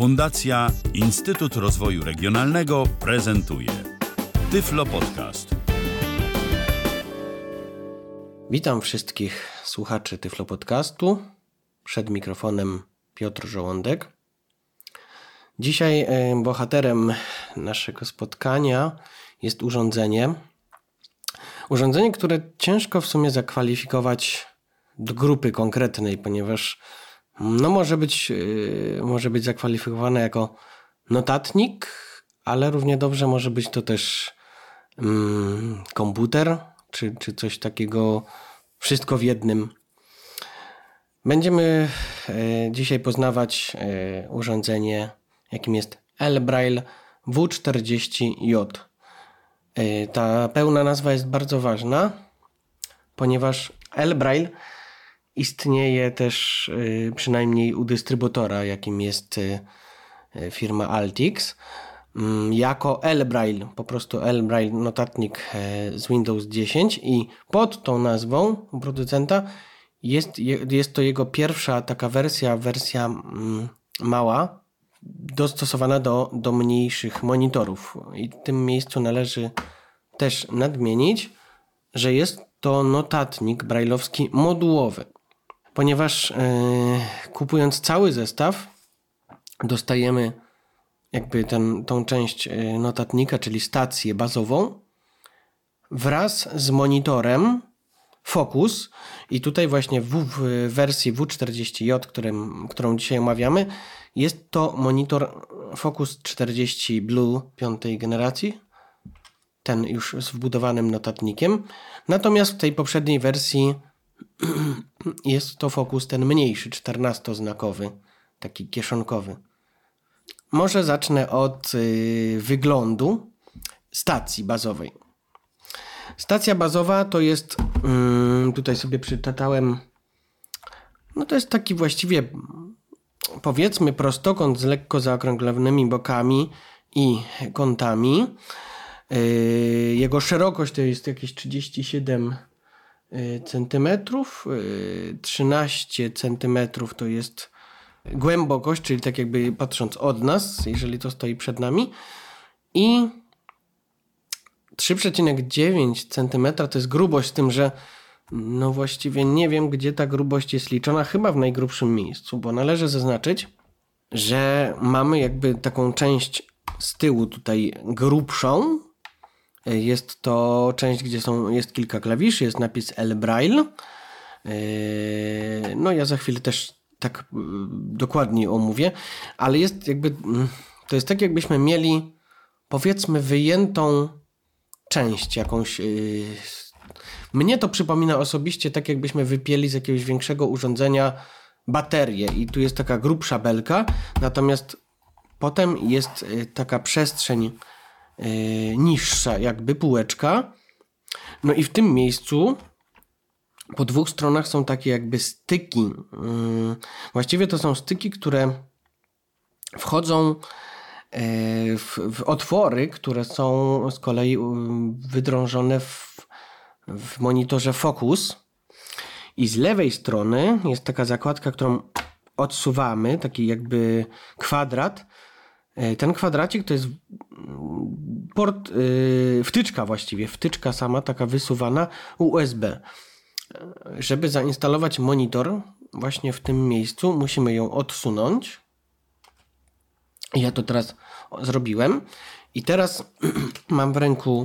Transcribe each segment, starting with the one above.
Fundacja Instytut Rozwoju Regionalnego prezentuje Tyflo Podcast. Witam wszystkich słuchaczy Tyflo Podcastu. Przed mikrofonem Piotr Żołądek. Dzisiaj bohaterem naszego spotkania jest urządzenie, które ciężko w sumie zakwalifikować do grupy konkretnej, ponieważ może być zakwalifikowane jako notatnik, ale równie dobrze może być to też komputer, czy coś takiego, wszystko w jednym. Będziemy dzisiaj poznawać urządzenie, jakim jest L-Braille W40J. Ta pełna nazwa jest bardzo ważna, ponieważ L-Braille istnieje też przynajmniej u dystrybutora, jakim jest firma Altix, jako L-Braille, po prostu L-Braille notatnik z Windows 10 i pod tą nazwą producenta jest to jego pierwsza taka wersja mała, dostosowana do mniejszych monitorów. I w tym miejscu należy też nadmienić, że jest to notatnik brajlowski modułowy, ponieważ kupując cały zestaw dostajemy jakby tą część notatnika, czyli stację bazową wraz z monitorem Focus i tutaj właśnie w wersji W40J, którą dzisiaj omawiamy, jest to monitor Focus 40 Blue 5. generacji, ten już z wbudowanym notatnikiem. Natomiast w tej poprzedniej wersji jest to Focus ten mniejszy, 14-znakowy, taki kieszonkowy. Może zacznę od wyglądu stacji bazowej. Stacja bazowa to jest, tutaj sobie przytatałem, to jest taki właściwie, powiedzmy, prostokąt z lekko zaokrąglonymi bokami i kątami. Jego szerokość to jest jakieś 37 cm, 13 cm to jest głębokość, czyli tak jakby patrząc od nas, jeżeli to stoi przed nami, i 3,9 cm to jest grubość, z tym, że właściwie nie wiem, gdzie ta grubość jest liczona, chyba w najgrubszym miejscu, bo należy zaznaczyć, że mamy jakby taką część z tyłu tutaj grubszą. Jest to część, gdzie jest kilka klawiszy, jest napis L-Braille. Ja za chwilę też tak dokładniej omówię, ale jest jakby, to jest tak, jakbyśmy mieli, powiedzmy, wyjętą część jakąś. Mnie to przypomina osobiście tak, jakbyśmy wypięli z jakiegoś większego urządzenia baterię i tu jest taka grubsza belka, natomiast potem jest taka przestrzeń niższa, jakby półeczka. I w tym miejscu po dwóch stronach są takie jakby styki. Właściwie to są styki, które wchodzą w otwory, które są z kolei wydrążone w monitorze Focus. I z lewej strony jest taka zakładka, którą odsuwamy, taki jakby kwadrat. Ten kwadracik to jest port, wtyczka sama, taka wysuwana USB. Żeby zainstalować monitor właśnie w tym miejscu, musimy ją odsunąć. Ja to teraz zrobiłem. I teraz mam w ręku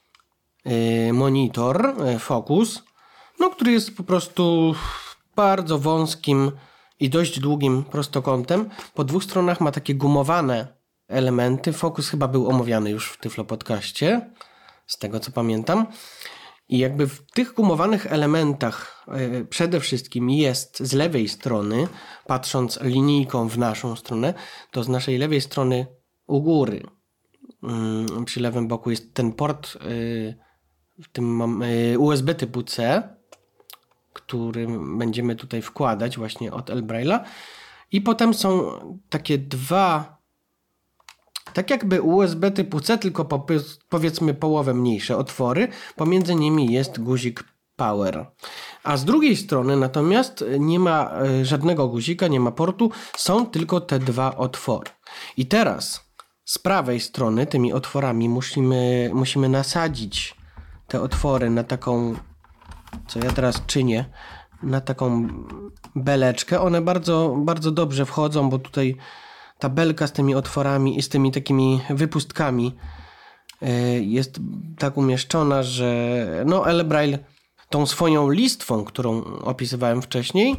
monitor Focus, który jest po prostu bardzo wąskim i dość długim prostokątem. Po dwóch stronach ma takie gumowane elementy. Focus chyba był omawiany już w Tyflo Podcaście, z tego co pamiętam. I jakby w tych gumowanych elementach przede wszystkim jest z lewej strony, patrząc linijką w naszą stronę, to z naszej lewej strony u góry przy lewym boku jest ten port, w tym mam USB typu C, który będziemy tutaj wkładać właśnie od L-Braille'a, i potem są takie dwa, tak jakby USB typu C, tylko powiedzmy połowę mniejsze otwory. Pomiędzy nimi jest guzik Power. A z drugiej strony natomiast nie ma żadnego guzika, nie ma portu, są tylko te dwa otwory. I teraz z prawej strony tymi otworami musimy nasadzić te otwory na taką, co ja teraz czynię, na taką beleczkę. One bardzo, bardzo dobrze wchodzą, bo tutaj ta belka z tymi otworami i z tymi takimi wypustkami jest tak umieszczona, że no L-Braille tą swoją listwą, którą opisywałem wcześniej,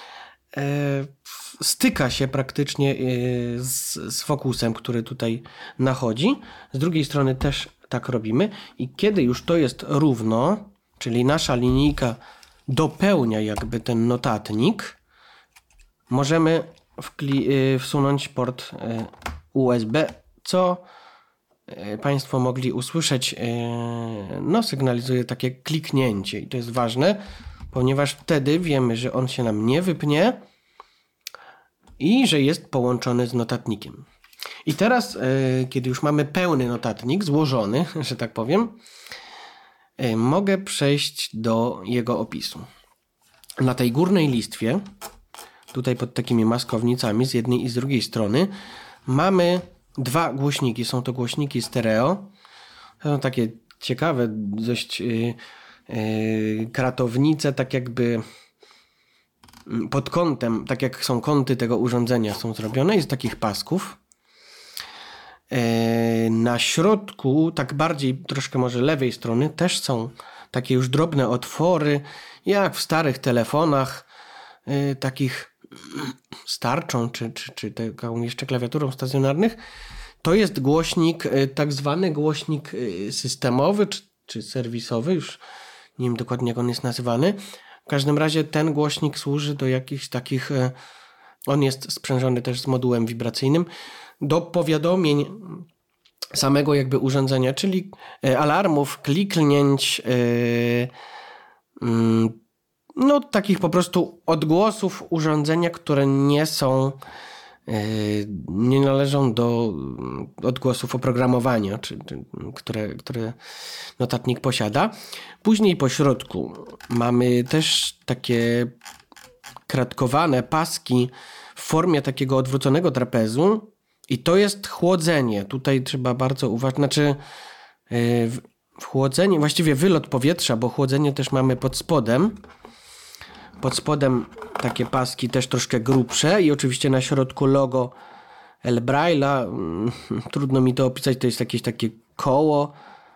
styka się praktycznie z fokusem, który tutaj nachodzi. Z drugiej strony też tak robimy i kiedy już to jest równo, czyli nasza linijka dopełnia jakby ten notatnik, możemy wsunąć port USB, co Państwo mogli usłyszeć, no sygnalizuje takie kliknięcie i to jest ważne, ponieważ wtedy wiemy, że on się nam nie wypnie i że jest połączony z notatnikiem. I teraz, kiedy już mamy pełny notatnik, złożony, że tak powiem, mogę przejść do jego opisu. Na tej górnej listwie, tutaj pod takimi maskownicami z jednej i z drugiej strony, mamy dwa głośniki. Są to głośniki stereo. To są takie ciekawe, dość kratownice, tak jakby pod kątem, tak jak są kąty tego urządzenia są zrobione i z takich pasków. Na środku, tak bardziej troszkę może lewej strony, też są takie już drobne otwory, jak w starych telefonach, takich z tarczą, czy taką jeszcze klawiaturą stacjonarnych. To jest głośnik, tak zwany głośnik systemowy, czy serwisowy, już nie wiem dokładnie jak on jest nazywany. W każdym razie ten głośnik służy do jakichś takich, on jest sprzężony też z modułem wibracyjnym, do powiadomień samego jakby urządzenia, czyli alarmów, kliknięć, no takich po prostu odgłosów urządzenia, które nie należą do odgłosów oprogramowania, które notatnik posiada. Później po środku mamy też takie kratkowane paski w formie takiego odwróconego trapezu i to jest chłodzenie. Tutaj trzeba bardzo uważać, chłodzenie, właściwie wylot powietrza, bo chłodzenie też mamy pod spodem. Pod spodem takie paski też troszkę grubsze i oczywiście na środku logo L-Braille'a. Trudno mi to opisać, to jest jakieś takie koło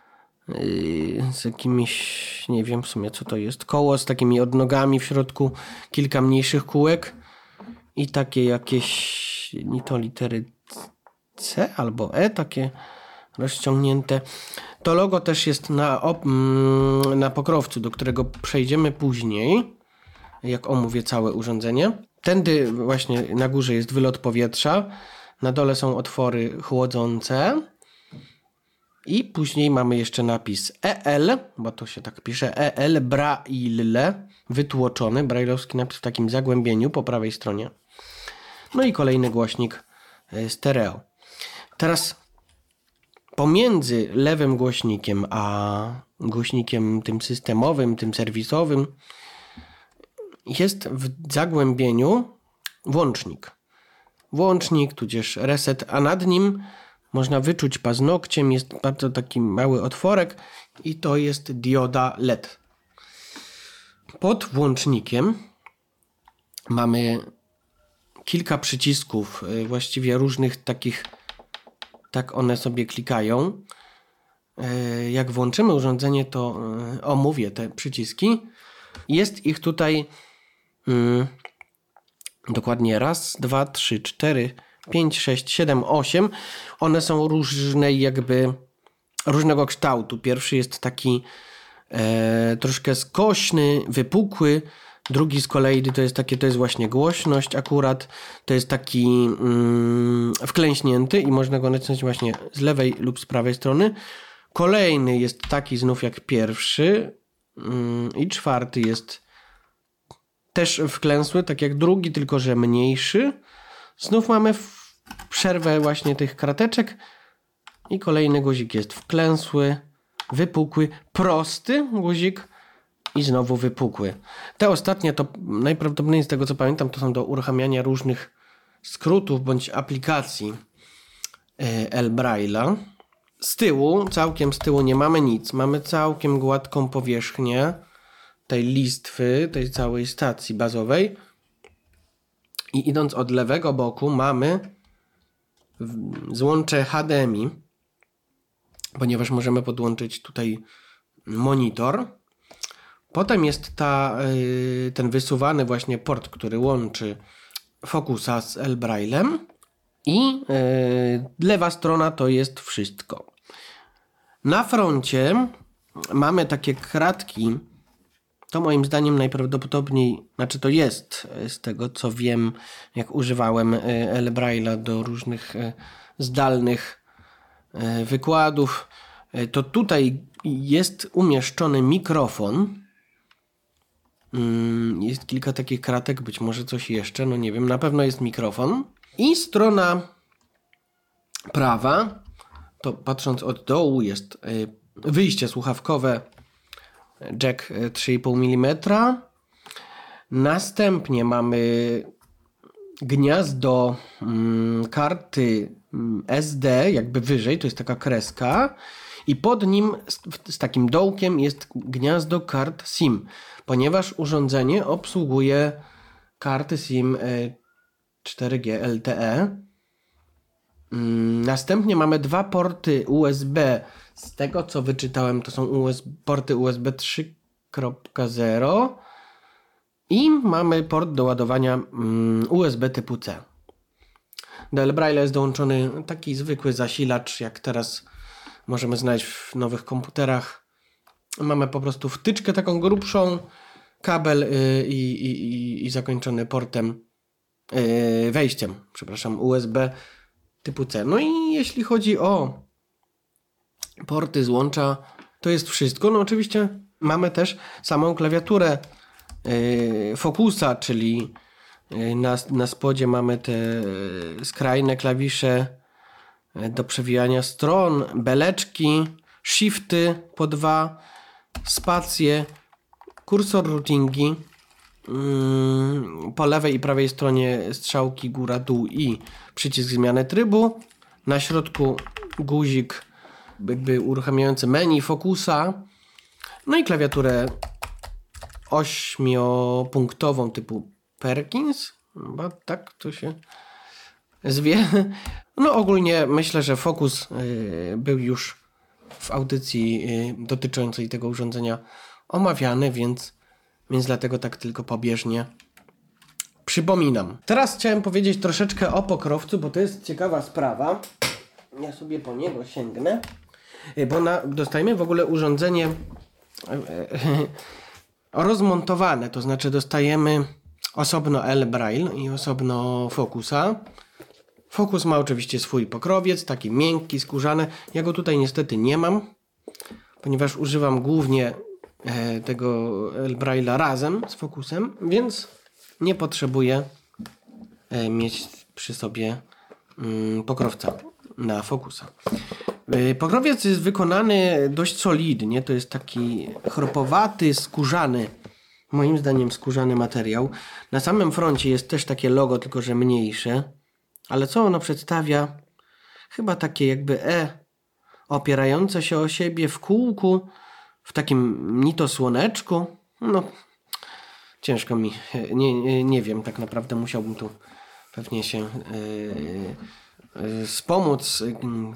z jakimiś, nie wiem w sumie co to jest, koło z takimi odnogami w środku, kilka mniejszych kółek i takie jakieś ni to litery C albo E, takie rozciągnięte. To logo też jest na pokrowcu, do którego przejdziemy później, jak omówię całe urządzenie. Tędy właśnie na górze jest wylot powietrza, na dole są otwory chłodzące i później mamy jeszcze napis EL, bo to się tak pisze, EL Braille, wytłoczony, brajlowski napis w takim zagłębieniu po prawej stronie. No i kolejny głośnik stereo. Teraz pomiędzy lewym głośnikiem a głośnikiem tym systemowym, tym serwisowym jest w zagłębieniu włącznik, tudzież reset, a nad nim można wyczuć paznokciem, jest bardzo taki mały otworek i to jest dioda LED. Pod włącznikiem mamy kilka przycisków, właściwie różnych takich, tak one sobie klikają. Jak włączymy urządzenie, to omówię te przyciski. Jest ich tutaj dokładnie 1, 2, 3, 4, 5, 6, 7, 8. One są różnego kształtu. Pierwszy jest taki troszkę skośny, wypukły. Drugi z kolei to jest właśnie głośność akurat. To jest taki wklęśnięty i można go nacisnąć właśnie z lewej lub z prawej strony. Kolejny jest taki znów jak pierwszy i czwarty jest też wklęsły, tak jak drugi, tylko że mniejszy. Znów mamy przerwę właśnie tych krateczek i kolejny guzik jest wklęsły, wypukły, prosty guzik i znowu wypukły. Te ostatnie to najprawdopodobniej z tego co pamiętam to są do uruchamiania różnych skrótów bądź aplikacji Braille'a. Całkiem z tyłu nie mamy nic. Mamy całkiem gładką powierzchnię tej listwy, tej całej stacji bazowej. I idąc od lewego boku mamy złącze HDMI, ponieważ możemy podłączyć tutaj monitor. Potem jest ten wysuwany właśnie port, który łączy Focusa z Braille'em i lewa strona to jest wszystko. Na froncie mamy takie kratki. To moim zdaniem najprawdopodobniej, to jest z tego co wiem, jak używałem Braille'a do różnych zdalnych wykładów, to tutaj jest umieszczony mikrofon. Jest kilka takich kratek, być może coś jeszcze, nie wiem, na pewno jest mikrofon. I strona prawa, to patrząc od dołu jest wyjście słuchawkowe jack 3,5 mm. Następnie mamy gniazdo karty SD, jakby wyżej, to jest taka kreska. I pod nim z takim dołkiem jest gniazdo kart SIM, ponieważ urządzenie obsługuje karty SIM 4G LTE. Następnie mamy dwa porty USB. Z tego co wyczytałem to są porty USB 3.0 i mamy port do ładowania USB typu C. Do Braille'a jest dołączony taki zwykły zasilacz, jak teraz możemy znaleźć w nowych komputerach. Mamy po prostu wtyczkę taką grubszą, kabel i zakończony wejściem USB typu C. No i jeśli chodzi o porty złącza, to jest wszystko. Oczywiście mamy też samą klawiaturę Focusa, czyli na spodzie mamy te skrajne klawisze do przewijania stron, beleczki, shifty po 2, spacje, kursor routingi, po lewej i prawej stronie strzałki góra, dół i przycisk zmiany trybu. Na środku guzik jakby uruchamiający menu Focusa. No i klawiaturę 8-punktową typu Perkins. Chyba tak to się zwie. Ogólnie myślę, że Focus był już w audycji dotyczącej tego urządzenia omawiany, więc dlatego tak tylko pobieżnie przypominam. Teraz chciałem powiedzieć troszeczkę o pokrowcu, bo to jest ciekawa sprawa. Ja sobie po niego sięgnę, bo dostajemy w ogóle urządzenie rozmontowane, to znaczy dostajemy osobno Braille i osobno Focusa. Focus ma oczywiście swój pokrowiec, taki miękki, skórzany. Ja go tutaj niestety nie mam, ponieważ używam głównie tego Braille'a razem z Focusem, więc nie potrzebuję mieć przy sobie pokrowca na Focusa. Pokrowiec jest wykonany dość solidnie, to jest taki chropowaty, skórzany, moim zdaniem skórzany materiał. Na samym froncie jest też takie logo, tylko że mniejsze, ale co ono przedstawia? Chyba takie jakby opierające się o siebie w kółku, w takim ni to słoneczku. Ciężko mi, nie wiem, tak naprawdę musiałbym tu pewnie się wspomóc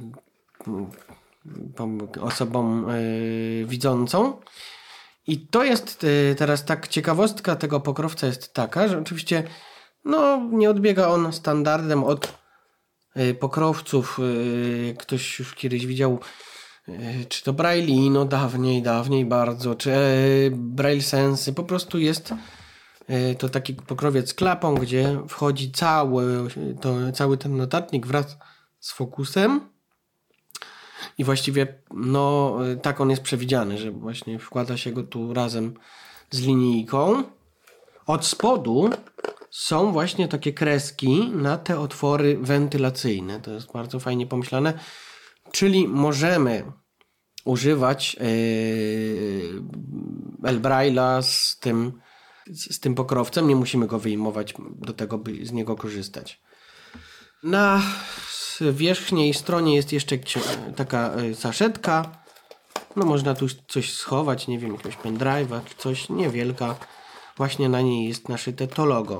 osobom widzącą. I to jest teraz tak, ciekawostka tego pokrowca jest taka, że oczywiście nie odbiega on standardem od pokrowców. Ktoś już kiedyś widział, czy to Braille'ino, dawniej bardzo, czy Braille Sensy. Po prostu jest to taki pokrowiec z klapą, gdzie wchodzi cały ten notatnik wraz z Focusem. I właściwie tak on jest przewidziany, że właśnie wkłada się go tu razem z linijką. Od spodu są właśnie takie kreski na te otwory wentylacyjne. To jest bardzo fajnie pomyślane. Czyli możemy używać L-Braille'a z tym pokrowcem. Nie musimy go wyjmować do tego, by z niego korzystać. Na wierzchniej stronie jest jeszcze taka saszetka. No można tu coś schować, nie wiem, jakiegoś pendrive'a czy coś, niewielka. Właśnie na niej jest naszyte to logo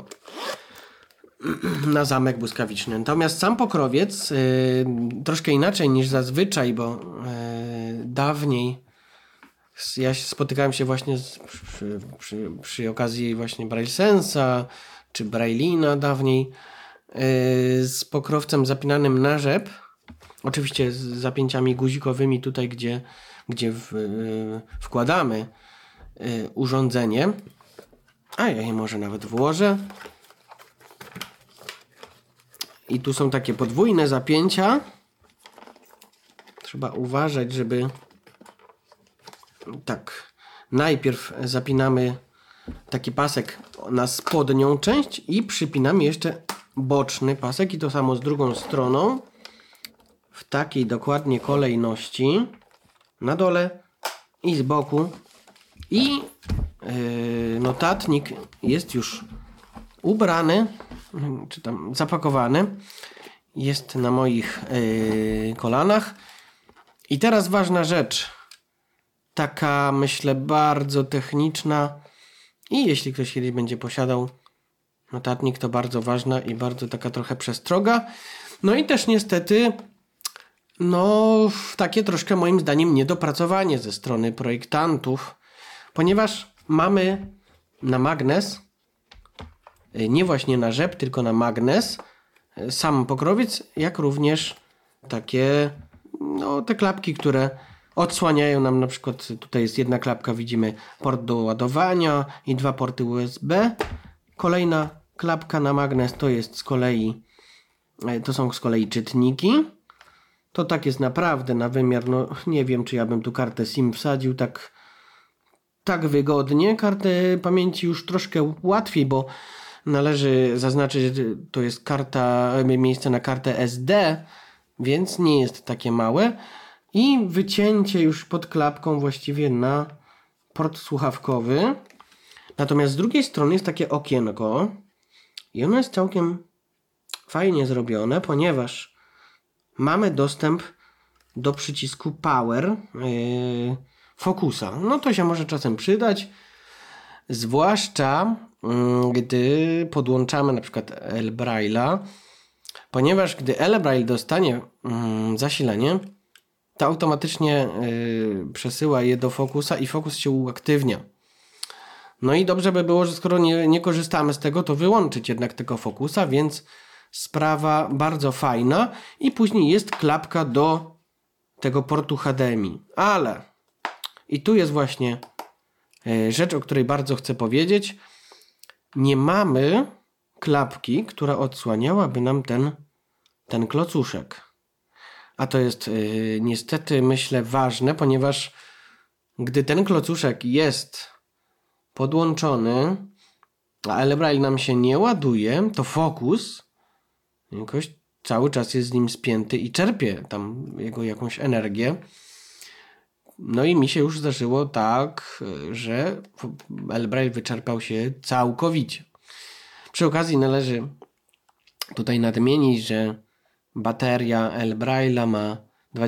na zamek błyskawiczny. Natomiast sam pokrowiec troszkę inaczej niż zazwyczaj, bo dawniej ja spotykałem się właśnie przy okazji właśnie Braillesensa czy Braillina dawniej z pokrowcem zapinanym na rzep. Oczywiście z zapięciami guzikowymi tutaj, gdzie wkładamy urządzenie. A ja je może nawet włożę. I tu są takie podwójne zapięcia. Trzeba uważać, żeby tak, najpierw zapinamy taki pasek na spodnią część i przypinamy jeszcze boczny pasek i to samo z drugą stroną w takiej dokładnie kolejności na dole i z boku i notatnik jest już ubrany czy tam zapakowany, jest na moich kolanach. I teraz ważna rzecz, taka myślę bardzo techniczna i jeśli ktoś kiedyś będzie posiadał notatnik, to bardzo ważna i bardzo taka trochę przestroga. No i też niestety takie troszkę moim zdaniem niedopracowanie ze strony projektantów, ponieważ mamy na magnes, nie właśnie na rzep, tylko na magnes, sam pokrowiec, jak również takie te klapki, które odsłaniają nam, na przykład tutaj jest jedna klapka, widzimy port do ładowania i 2 porty USB. Kolejna klapka na magnes to są z kolei czytniki. To tak jest naprawdę na wymiar, nie wiem, czy ja bym tu kartę SIM wsadził tak wygodnie. Kartę pamięci już troszkę łatwiej, bo należy zaznaczyć, że to jest miejsce na kartę SD, więc nie jest takie małe. I wycięcie już pod klapką właściwie na port słuchawkowy. Natomiast z drugiej strony jest takie okienko i ono jest całkiem fajnie zrobione, ponieważ mamy dostęp do przycisku Power Focusa. To się może czasem przydać, zwłaszcza gdy podłączamy na przykład L-Braille'a, ponieważ gdy L-Braille dostanie zasilenie, to automatycznie przesyła je do Focusa i Focus się uaktywnia. No i dobrze by było, że skoro nie korzystamy z tego, to wyłączyć jednak tego Focusa, więc sprawa bardzo fajna. I później jest klapka do tego portu HDMI. Ale i tu jest właśnie rzecz, o której bardzo chcę powiedzieć. Nie mamy klapki, która odsłaniałaby nam ten klocuszek. A to jest niestety, myślę, ważne, ponieważ gdy ten klocuszek jest podłączony, a L-Braille nam się nie ładuje, to Focus jakoś cały czas jest z nim spięty i czerpie tam jego jakąś energię. No i mi się już zdarzyło tak, że L-Braille wyczerpał się całkowicie. Przy okazji należy tutaj nadmienić, że bateria L-Braille'a ma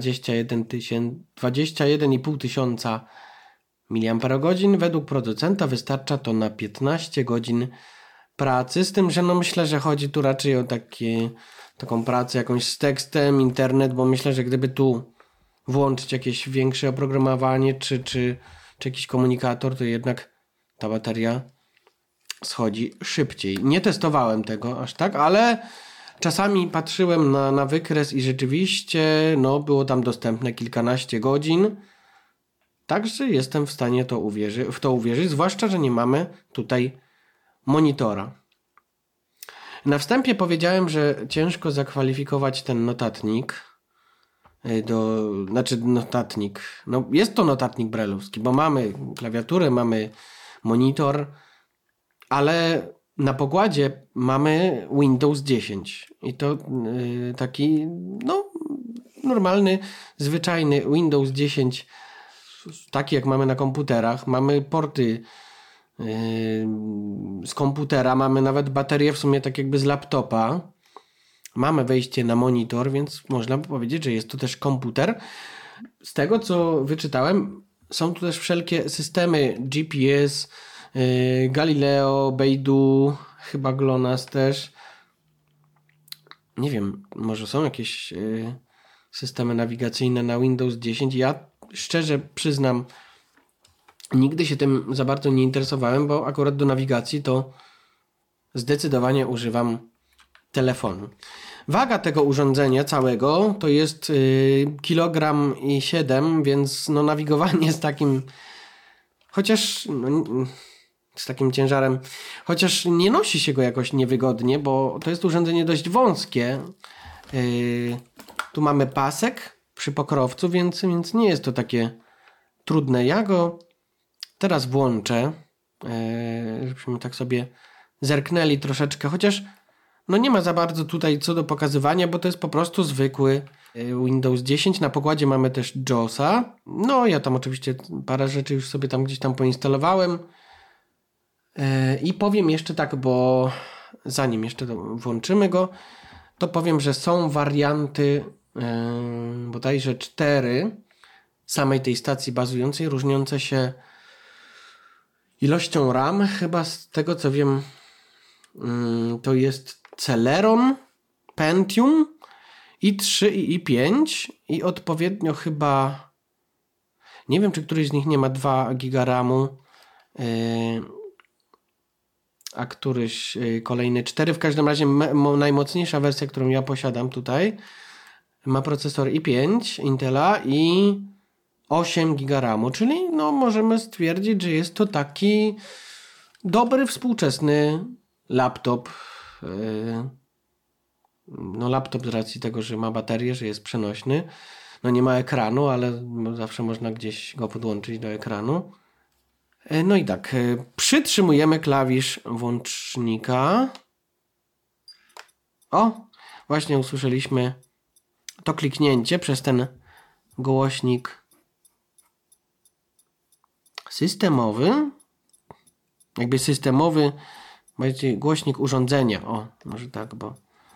21,5 tysiąca mAh. Według producenta wystarcza to na 15 godzin pracy. Z tym, że myślę, że chodzi tu raczej o taką pracę jakąś z tekstem, internet, bo myślę, że gdyby tu włączyć jakieś większe oprogramowanie czy jakiś komunikator, to jednak ta bateria schodzi szybciej. Nie testowałem tego aż tak, ale czasami patrzyłem na wykres i rzeczywiście było tam dostępne kilkanaście godzin. Także jestem w stanie w to uwierzyć, zwłaszcza, że nie mamy tutaj monitora. Na wstępie powiedziałem, że ciężko zakwalifikować ten notatnik. Notatnik. Jest to notatnik braille'owski, bo mamy klawiaturę, mamy monitor, ale na pokładzie mamy Windows 10 i to taki normalny, zwyczajny Windows 10 takie jak mamy na komputerach. Mamy porty z komputera, mamy nawet baterię w sumie tak jakby z laptopa. Mamy wejście na monitor, więc można by powiedzieć, że jest to też komputer. Z tego, co wyczytałem, są tu też wszelkie systemy GPS, Galileo, Beidou, chyba GLONASS też. Nie wiem, może są jakieś systemy nawigacyjne na Windows 10. Ja szczerze przyznam, nigdy się tym za bardzo nie interesowałem, bo akurat do nawigacji to zdecydowanie używam telefonu. Waga tego urządzenia całego to jest 1,7 kg, więc no nawigowanie z takim, chociaż z takim ciężarem, chociaż nie nosi się go jakoś niewygodnie, bo to jest urządzenie dość wąskie. Tu mamy pasek przy pokrowcu, więc nie jest to takie trudne. Ja go teraz włączę, żebyśmy tak sobie zerknęli troszeczkę, chociaż no nie ma za bardzo tutaj co do pokazywania, bo to jest po prostu zwykły Windows 10. Na pokładzie mamy też JAWSa. No ja tam oczywiście parę rzeczy już sobie tam gdzieś tam poinstalowałem. I powiem jeszcze tak, bo zanim jeszcze włączymy go, to powiem, że są warianty bodajże 4 samej tej stacji bazującej, różniące się ilością RAM. Chyba z tego co wiem, to jest Celeron, Pentium, i3 i i5 i odpowiednio chyba, nie wiem czy któryś z nich nie ma 2 GB RAMu, a któryś kolejny 4. W każdym razie najmocniejsza wersja, którą ja posiadam tutaj, ma procesor i5 Intela i 8 GB RAMu, czyli no możemy stwierdzić, że jest to taki dobry, współczesny laptop. No laptop z racji tego, że ma baterię, że jest przenośny. No nie ma ekranu, ale zawsze można gdzieś go podłączyć do ekranu. No i tak, przytrzymujemy klawisz włącznika. O, właśnie usłyszeliśmy to kliknięcie przez ten głośnik systemowy. Jakby systemowy, bardziej głośnik urządzenia. O, może tak, bo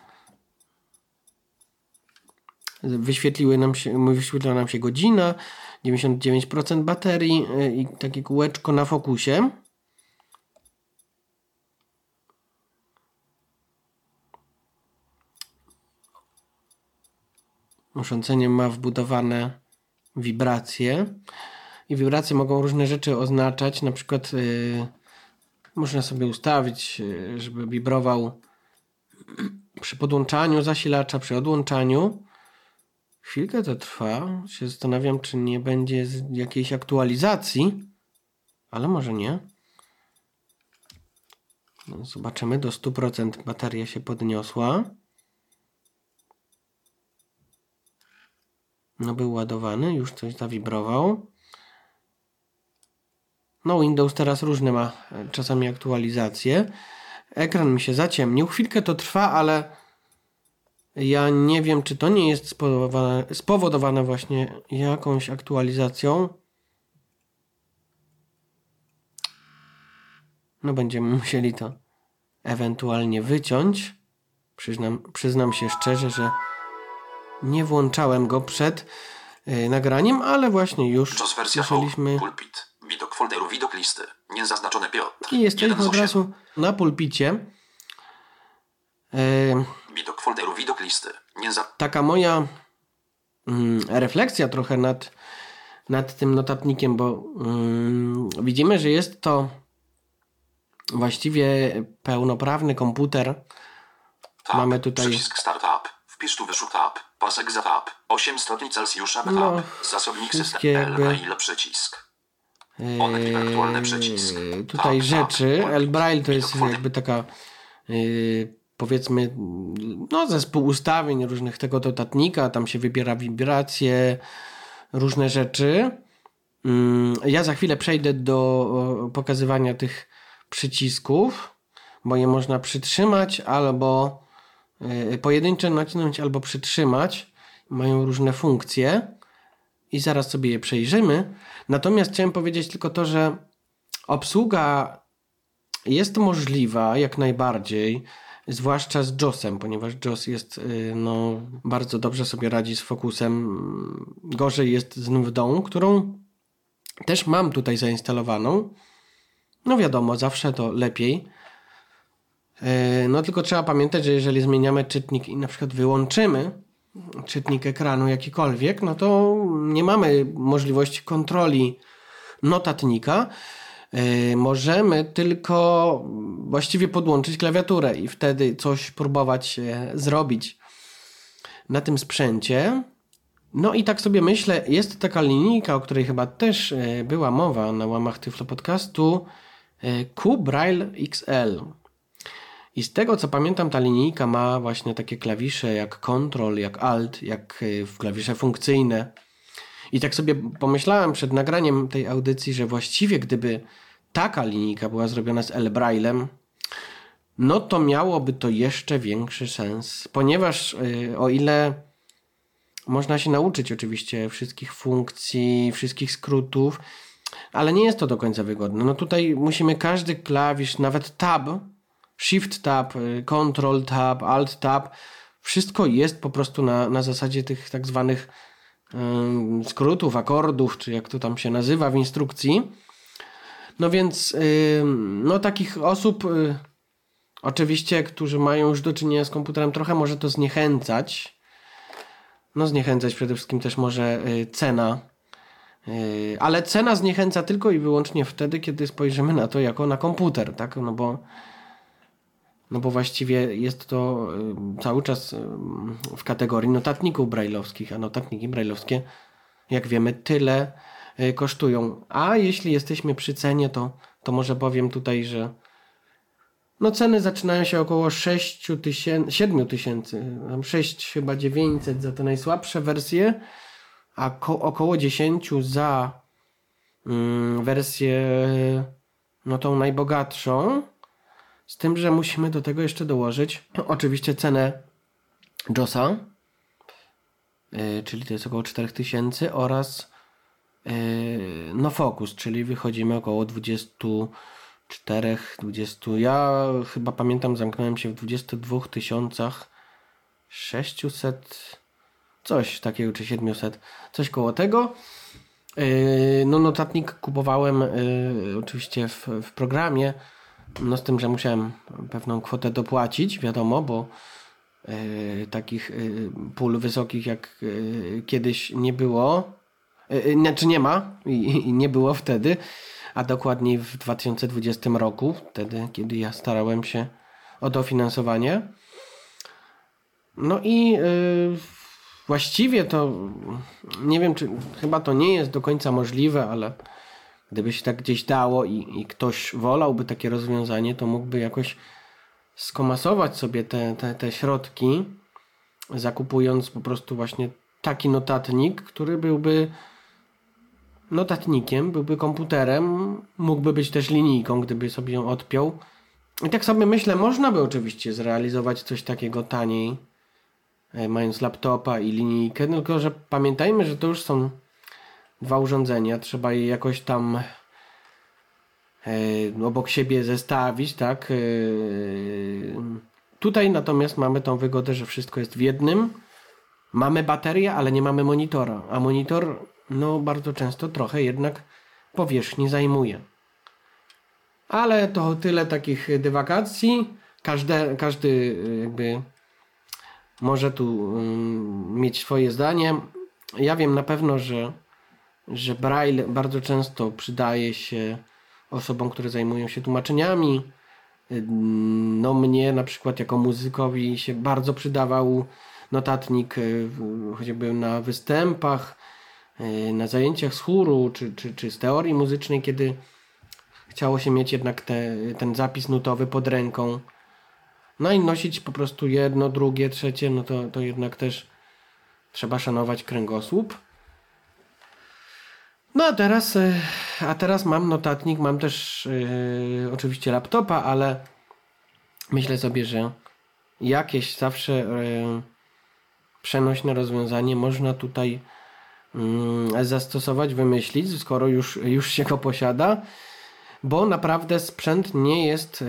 wyświetliła nam się godzina, 99% baterii i takie kółeczko na fokusie. Urządzenie ma wbudowane wibracje i wibracje mogą różne rzeczy oznaczać, na przykład można sobie ustawić, żeby wibrował przy podłączaniu zasilacza, przy odłączaniu. Chwilkę to trwa. Się zastanawiam, czy nie będzie jakiejś aktualizacji, ale może nie. No, zobaczymy. Do 100% bateria się podniosła. No był ładowany, już coś zawibrował. No Windows teraz różne ma czasami aktualizacje. Ekran mi się zaciemnił. Chwilkę to trwa, ale ja nie wiem, czy to nie jest spowodowane właśnie jakąś aktualizacją. No będziemy musieli to ewentualnie wyciąć. Przyznam się szczerze, że nie włączałem go przed nagraniem, ale właśnie już słyszeliśmy. Pulpit. Widok folderu, widok listy. Niezaznaczone Piotr. I jesteśmy od razu na pulpicie. Widok folderu, widok listy. Taka moja refleksja trochę nad tym notatnikiem, bo widzimy, że jest to właściwie pełnoprawny komputer. Tab. Mamy tutaj Przycisk Startup. Wpisz tu wyszuk tab. Pasek za tab. 8 stopni Celsjusza tab. No, Zasobnik wszystkie system. jakby L-Braille przycisk. Aktualny przycisk. Tutaj Tab, rzeczy. tab. L-Braille to jest Widok jakby taka powiedzmy no zespół ustawień różnych tego notatnika. Tam się wybiera wibracje, różne rzeczy. Ja za chwilę przejdę do pokazywania tych przycisków, bo je można przytrzymać albo pojedyncze nacisnąć albo przytrzymać. Mają różne funkcje. i zaraz sobie je przejrzymy. Natomiast chciałem powiedzieć tylko to, że obsługa jest możliwa jak najbardziej, zwłaszcza z JAWSem, ponieważ JAWS jest, bardzo dobrze sobie radzi z Focusem. Gorzej jest z NVDA, którą też mam tutaj zainstalowaną. No wiadomo, zawsze to lepiej. No tylko trzeba pamiętać, że jeżeli zmieniamy czytnik i na przykład wyłączymy czytnik ekranu jakikolwiek, no to nie mamy możliwości kontroli notatnika. Możemy tylko właściwie podłączyć klawiaturę i wtedy coś próbować zrobić na tym sprzęcie. No i tak sobie myślę, jest taka linijka, o której chyba też była mowa na łamach Tyflo Podcastu, QBraille XL. I z tego co pamiętam, ta linijka ma właśnie takie klawisze jak Ctrl, jak Alt, jak klawisze funkcyjne. I tak sobie pomyślałem przed nagraniem tej audycji, że właściwie gdyby taka linijka była zrobiona z L-Braillem, no to miałoby to jeszcze większy sens. Ponieważ o ile można się nauczyć oczywiście wszystkich funkcji, wszystkich skrótów, ale nie jest to do końca wygodne. No tutaj musimy każdy klawisz, nawet tab, Shift Tab, Control Tab, Alt Tab, wszystko jest po prostu na zasadzie tych tak zwanych skrótów, akordów, czy jak to tam się nazywa w instrukcji. No więc takich osób oczywiście, którzy mają już do czynienia z komputerem, trochę może to zniechęcać. No zniechęcać przede wszystkim też może cena. Ale cena zniechęca tylko i wyłącznie wtedy, kiedy spojrzymy na to jako na komputer, tak? No bo właściwie jest to cały czas w kategorii notatników brajlowskich, a notatniki brajlowskie, jak wiemy, tyle kosztują. A jeśli jesteśmy przy cenie, to może powiem tutaj, że ceny zaczynają się około 7 tysięcy, 6 chyba 900 za te najsłabsze wersje, a około 10 za wersję tą najbogatszą. Z tym, że musimy do tego jeszcze dołożyć oczywiście cenę JAWSa, czyli to jest około 4000 oraz Focus, czyli wychodzimy około 24, 20. Ja chyba pamiętam, zamknąłem się w 22 600, coś takiego, czy 700, coś koło tego. Notatnik kupowałem oczywiście w programie, z tym, że musiałem pewną kwotę dopłacić, wiadomo, bo takich pól wysokich jak kiedyś nie było, nie ma i nie było wtedy, a dokładniej w 2020 roku, wtedy, kiedy ja starałem się o dofinansowanie. No i właściwie to nie wiem, czy chyba to nie jest do końca możliwe, ale gdyby się tak gdzieś dało i ktoś wolałby takie rozwiązanie, to mógłby jakoś skomasować sobie te środki, zakupując po prostu właśnie taki notatnik, który byłby notatnikiem, byłby komputerem, mógłby być też linijką, gdyby sobie ją odpiął. I tak sobie myślę, można by oczywiście zrealizować coś takiego taniej, mając laptopa i linijkę, tylko że pamiętajmy, że to już są dwa urządzenia, trzeba je jakoś tam obok siebie zestawić, tak? Tutaj natomiast mamy tą wygodę, że wszystko jest w jednym. Mamy baterię, ale nie mamy monitora, a monitor bardzo często trochę jednak powierzchni zajmuje. Ale to tyle takich dywagacji. Każdy jakby może tu mieć swoje zdanie. Ja wiem na pewno, że Braille bardzo często przydaje się osobom, które zajmują się tłumaczeniami. Mnie na przykład jako muzykowi się bardzo przydawał notatnik chociażby na występach, na zajęciach z chóru czy z teorii muzycznej, kiedy chciało się mieć jednak ten zapis nutowy pod ręką. No i nosić po prostu jedno, drugie, trzecie, to jednak też trzeba szanować kręgosłup. No a teraz mam notatnik, mam też oczywiście laptopa, ale myślę sobie, że jakieś zawsze przenośne rozwiązanie można tutaj zastosować, wymyślić, skoro już się go posiada, bo naprawdę sprzęt nie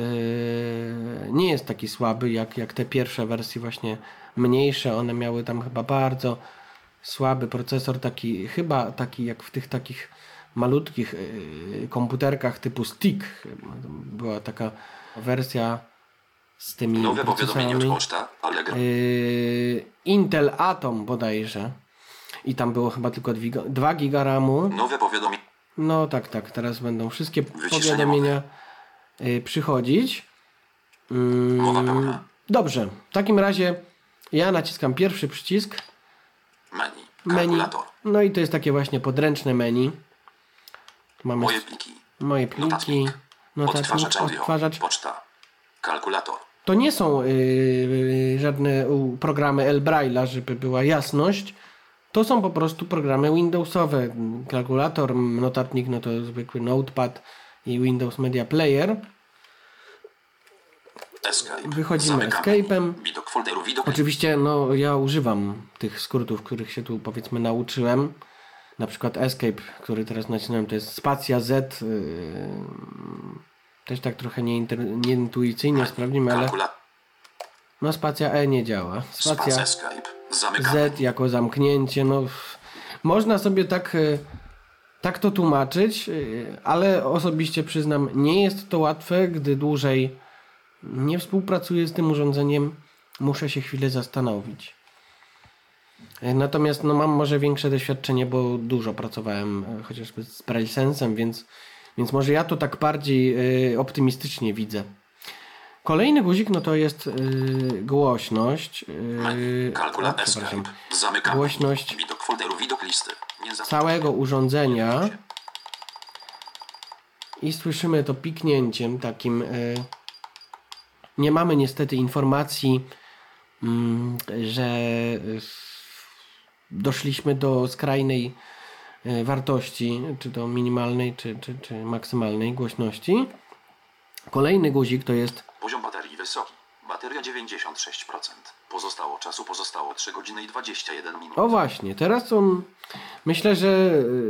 jest taki słaby jak te pierwsze wersje właśnie mniejsze. One miały tam chyba bardzo słaby procesor, chyba taki jak w tych takich malutkich komputerkach typu Stick. Była taka wersja z tymi Nowe powiadomienie od procesorami. poczta, Allegro. Intel Atom bodajże. I tam było chyba tylko 2 giga RAMu. Nowe powiadomienie. No tak, teraz będą wszystkie Wyciszenie powiadomienia przychodzić. Mowa pełna. Dobrze, w takim razie ja naciskam pierwszy przycisk. Menu. Menu. Kalkulator. No i to jest takie właśnie podręczne menu. Mamy Moje pliki. moje pliki, Odtwarzacz audio. odtwarzacz. Poczta. Kalkulator. To nie są żadne programy El Braille'a, żeby była jasność. To są po prostu programy Windowsowe. Kalkulator, notatnik, no to zwykły Notepad i Windows Media Player. Escape. Wychodzimy Zamykamy. escape'em. Widok folderu, widok. Oczywiście no, ja używam tych skrótów, których się tu powiedzmy nauczyłem. Na przykład escape, który teraz nacisnąłem, to jest spacja Z. Też tak trochę nieintuicyjnie sprawdzimy, ale no spacja E nie działa. Spacja Escape. Zamykamy. Z jako zamknięcie. No, można sobie tak to tłumaczyć, ale osobiście przyznam, nie jest to łatwe, gdy dłużej nie współpracuję z tym urządzeniem, muszę się chwilę zastanowić. Natomiast no, mam może większe doświadczenie, bo dużo pracowałem chociażby z BrailleSense'em, więc może ja to tak bardziej optymistycznie widzę. Kolejny guzik no to jest głośność. Kalkulator. Escape. Zamykamy. Głośność Widok folderu, widok listy. całego urządzenia. I słyszymy to piknięciem takim. Nie mamy niestety informacji, że doszliśmy do skrajnej wartości, czy do minimalnej, czy maksymalnej głośności. Kolejny guzik to jest Poziom baterii wysoki. Bateria 96%. Pozostało 3 godziny i 21 minut. O właśnie, teraz myślę, że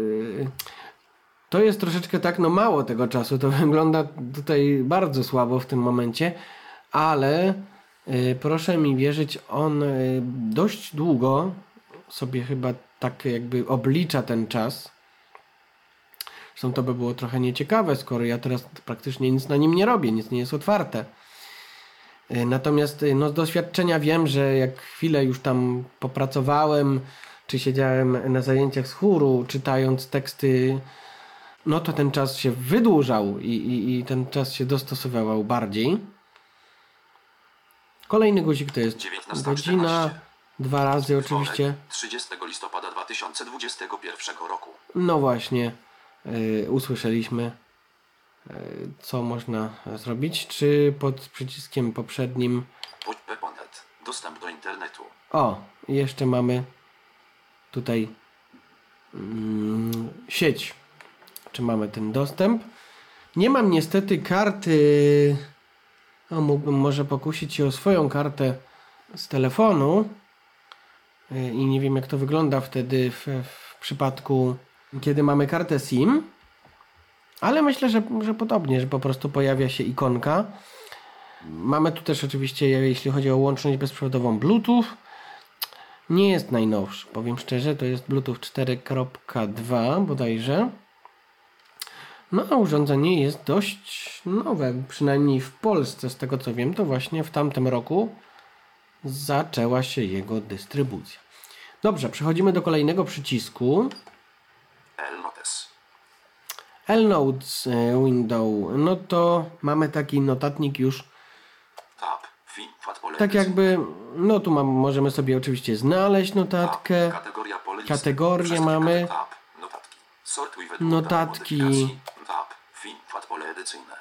to jest troszeczkę tak, no mało tego czasu, to wygląda tutaj bardzo słabo w tym momencie, ale proszę mi wierzyć, on dość długo sobie chyba tak jakby oblicza ten czas. Zresztą to by było trochę nieciekawe, skoro ja teraz praktycznie nic na nim nie robię, nic nie jest otwarte. Natomiast no, z doświadczenia wiem, że jak chwilę już tam popracowałem, czy siedziałem na zajęciach z chóru, czytając teksty, no to ten czas się wydłużał i ten czas się dostosowywał bardziej. Kolejny guzik to jest 19:14. godzina, 2 razy oczywiście. 30 listopada 2021 roku. No właśnie, usłyszeliśmy, co można zrobić. Czy pod przyciskiem poprzednim... Peponet. Dostęp do internetu. O, jeszcze mamy tutaj sieć. Czy mamy ten dostęp? Nie mam niestety karty... mógłbym może pokusić się o swoją kartę z telefonu i nie wiem jak to wygląda wtedy w przypadku, kiedy mamy kartę SIM, ale myślę, że podobnie, że po prostu pojawia się ikonka. Mamy tu też oczywiście, jeśli chodzi o łączność bezprzewodową, Bluetooth. Nie jest najnowszy, powiem szczerze, to jest Bluetooth 4.2 bodajże. No a urządzenie jest dość nowe, przynajmniej w Polsce, z tego co wiem, to właśnie w tamtym roku zaczęła się jego dystrybucja. Dobrze, przechodzimy do kolejnego przycisku. L-Notes. L-Notes Window, no to mamy taki notatnik już Tab. Fat pole. tak jakby, no tu możemy sobie oczywiście znaleźć notatkę. Kategoria pole listy. Kategorie Wszystkie mamy. Tab. Notatki. Sortuj według Notatki. modyfikacji. Tab. Fat pole edycyjne.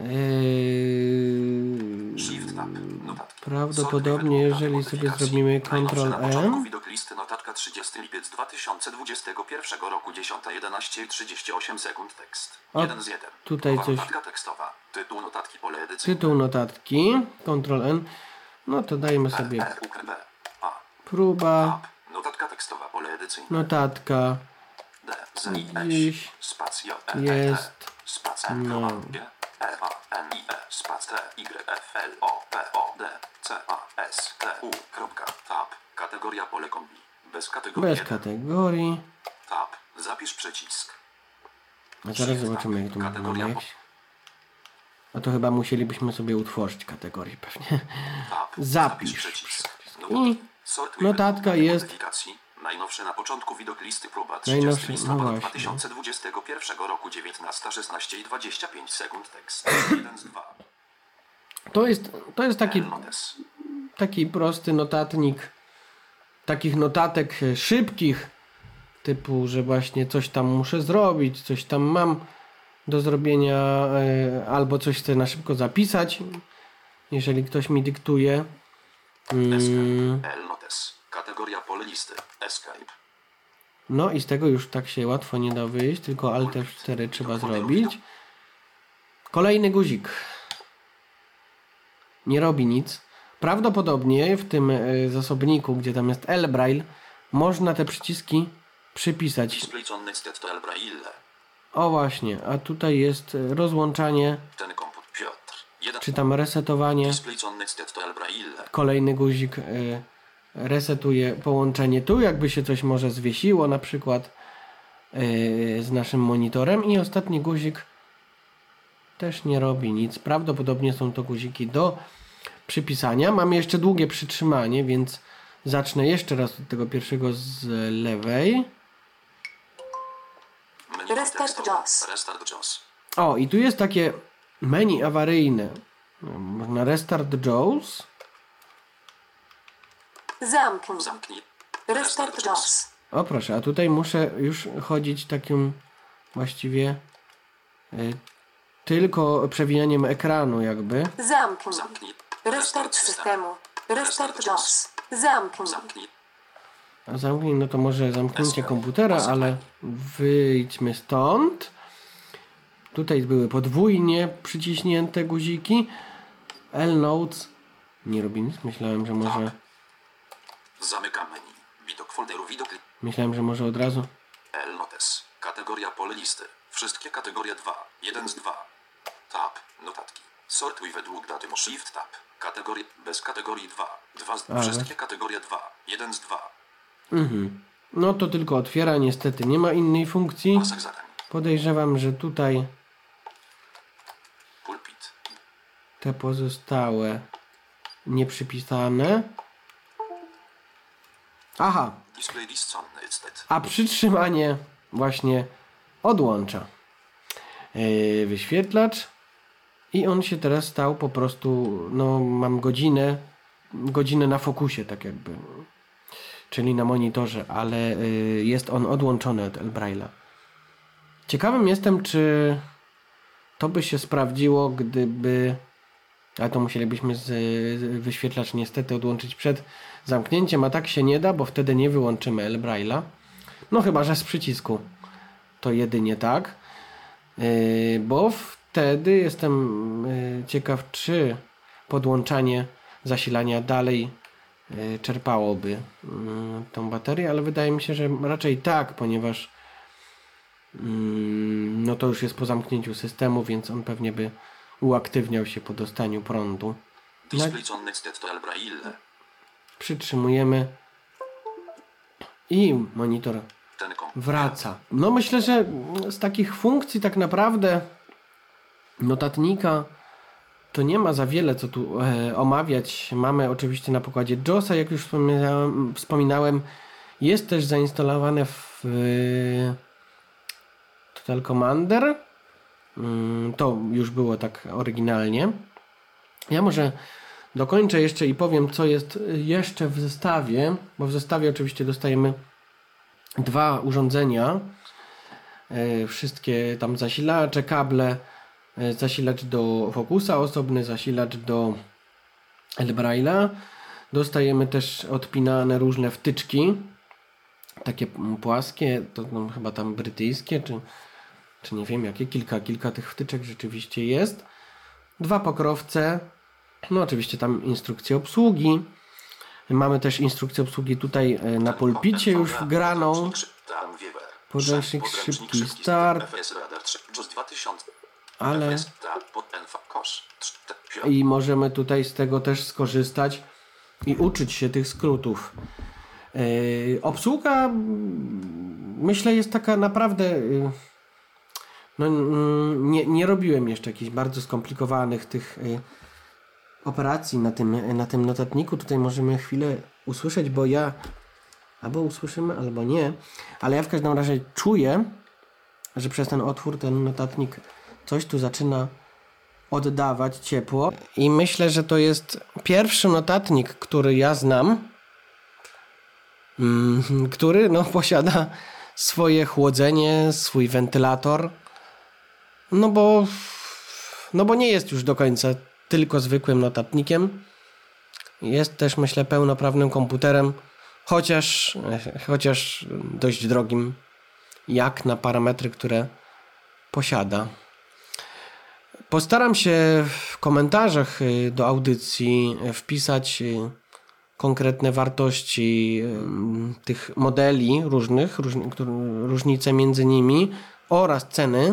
Shift tab. Notatki. Prawdopodobnie, jeżeli sobie zrobimy Ctrl N. Widok listy notatka 30 lipiec 2021 roku 10:11 i 38 sekund tekst. O, 1 z 1. tutaj coś. Notatka tekstowa. Tytuł notatki pole edycyjne. Tytuł notatki. Ctrl N. No to dajmy sobie RUKB. A. próba. Tab. Notatka tekstowa pole edycyjny. Notatka. D, Z, I, Dziś S, spacja, jest spacja, no. E, A, N, I, E, spac, T, Y, F, L, O, P, O, D, C, A, S, T, U, kropka, tab, kategoria pole kombi, bez kategorii bez 1, kategorii. tab, zapisz przycisk, A zaraz zobaczymy, jak tu mamy kategoria jakieś. A to chyba musielibyśmy sobie utworzyć kategorię pewnie. tab, Zapisz przycisk, I sort notatka widok jest. modyfikacji, najnowszy na początku widok listy próba 30 Najnowszy, no listopada właśnie. 2021 roku 19:16 i 25 sekund tekst 1 z 2. To jest Notes. taki prosty notatnik takich notatek szybkich, typu, że właśnie coś tam muszę zrobić, coś tam mam do zrobienia, albo coś chcę na szybko zapisać, jeżeli ktoś mi dyktuje. L notes. Kategoria pole listy. Escape. No i z tego już tak się łatwo nie da wyjść, tylko Alt F4 trzeba zrobić. Kolejny guzik. Nie robi nic. Prawdopodobnie w tym zasobniku, gdzie tam jest L Braille, można te przyciski przypisać. Splicony stet to L Braille. O właśnie, a tutaj jest rozłączanie, Ten komput Piotr. 1. czy tam resetowanie. Splicony stet to L Braille. Kolejny guzik resetuje połączenie. Tu jakby się coś może zwiesiło na przykład z naszym monitorem. I ostatni guzik też nie robi nic. Prawdopodobnie są to guziki do przypisania. Mamy jeszcze długie przytrzymanie, więc zacznę jeszcze raz od tego pierwszego z lewej. Menu Restart tekstowe. JAWS. Restart JAWS. O, i tu jest takie menu awaryjne. Można restart JAWS. Zamknij. Zamknij. Restart JAWS. O proszę, a tutaj muszę już chodzić takim właściwie tylko przewijaniem ekranu jakby. Zamknij. Zamknij. Restart systemu. Restart JAWS. Zamknij. Zamknij. A zamknij, no to może zamknięcie komputera, ale wyjdźmy stąd. Tutaj były podwójnie przyciśnięte guziki. L-Notes nie robi nic. Myślałem, że Zamykam menu. Widok folderu. Widok. Myślałem, że może od razu. L notes. Kategoria pole listy. Wszystkie kategorie 2. 1 z 2. Tab. Notatki. Sortuj według daty. Shift tab. Kategorie. Bez kategorii 2. 2 z... Wszystkie kategorie 2. 1 z 2. No to tylko otwiera. Niestety nie ma innej funkcji. Pasek zadań. Podejrzewam, że tutaj Pulpit. te pozostałe nieprzypisane. Aha, Display listsonny stet. a przytrzymanie właśnie odłącza wyświetlacz i on się teraz stał po prostu, no mam godzinę na fokusie tak jakby, czyli na monitorze, ale jest on odłączony od L-Braille'a. Ciekawym jestem, czy to by się sprawdziło, gdyby, ale to musielibyśmy wyświetlacz niestety odłączyć przed zamknięciem, a tak się nie da, bo wtedy nie wyłączymy L-Braille'a. No chyba, że z przycisku. To jedynie tak. Bo wtedy jestem ciekaw, czy podłączanie zasilania dalej czerpałoby tą baterię, ale wydaje mi się, że raczej tak, ponieważ no to już jest po zamknięciu systemu, więc on pewnie by uaktywniał się po dostaniu prądu. Display sonny stet to L Braille. Przytrzymujemy i monitor Ten komput. wraca. No myślę, że z takich funkcji tak naprawdę notatnika to nie ma za wiele co tu omawiać. Mamy oczywiście na pokładzie JAWSa, jak już wspominałem. Jest też zainstalowane w Total Commander. To już było tak oryginalnie. Ja może dokończę jeszcze i powiem, co jest jeszcze w zestawie, bo w zestawie oczywiście dostajemy dwa urządzenia, wszystkie tam zasilacze, kable, zasilacz do Focusa osobny, zasilacz do L-Braille'a. Dostajemy też odpinane różne wtyczki, takie płaskie, to chyba tam brytyjskie, czy nie wiem jakie, kilka tych wtyczek rzeczywiście jest. Dwa pokrowce, no oczywiście tam instrukcje obsługi, Mamy też instrukcję obsługi tutaj na pulpicie już wgraną. Podręcznik szybki start. Ale... I możemy tutaj z tego też skorzystać i uczyć się tych skrótów. Obsługa, myślę, jest taka naprawdę... nie robiłem jeszcze jakichś bardzo skomplikowanych tych operacji na tym notatniku. Tutaj możemy chwilę usłyszeć, bo ja albo usłyszymy, albo nie, ale ja w każdym razie czuję, że przez ten otwór ten notatnik coś tu zaczyna oddawać ciepło i myślę, że to jest pierwszy notatnik, który ja znam, który posiada swoje chłodzenie, swój wentylator, no bo nie jest już do końca tylko zwykłym notatnikiem. Jest też, myślę, pełnoprawnym komputerem, chociaż dość drogim, jak na parametry, które posiada. Postaram się w komentarzach do audycji wpisać konkretne wartości tych modeli różnice między nimi oraz ceny.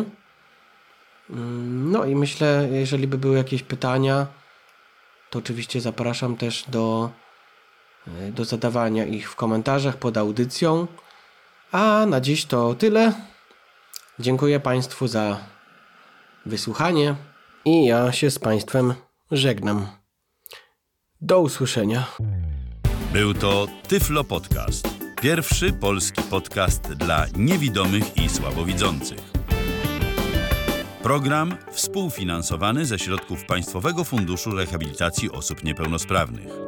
No i myślę, jeżeli by były jakieś pytania, to oczywiście zapraszam też do zadawania ich w komentarzach pod audycją. A na dziś to tyle. Dziękuję Państwu za wysłuchanie i ja się z Państwem żegnam. Do usłyszenia. Był to Tyflo Podcast. Pierwszy polski podcast dla niewidomych i słabowidzących. Program współfinansowany ze środków Państwowego Funduszu Rehabilitacji Osób Niepełnosprawnych.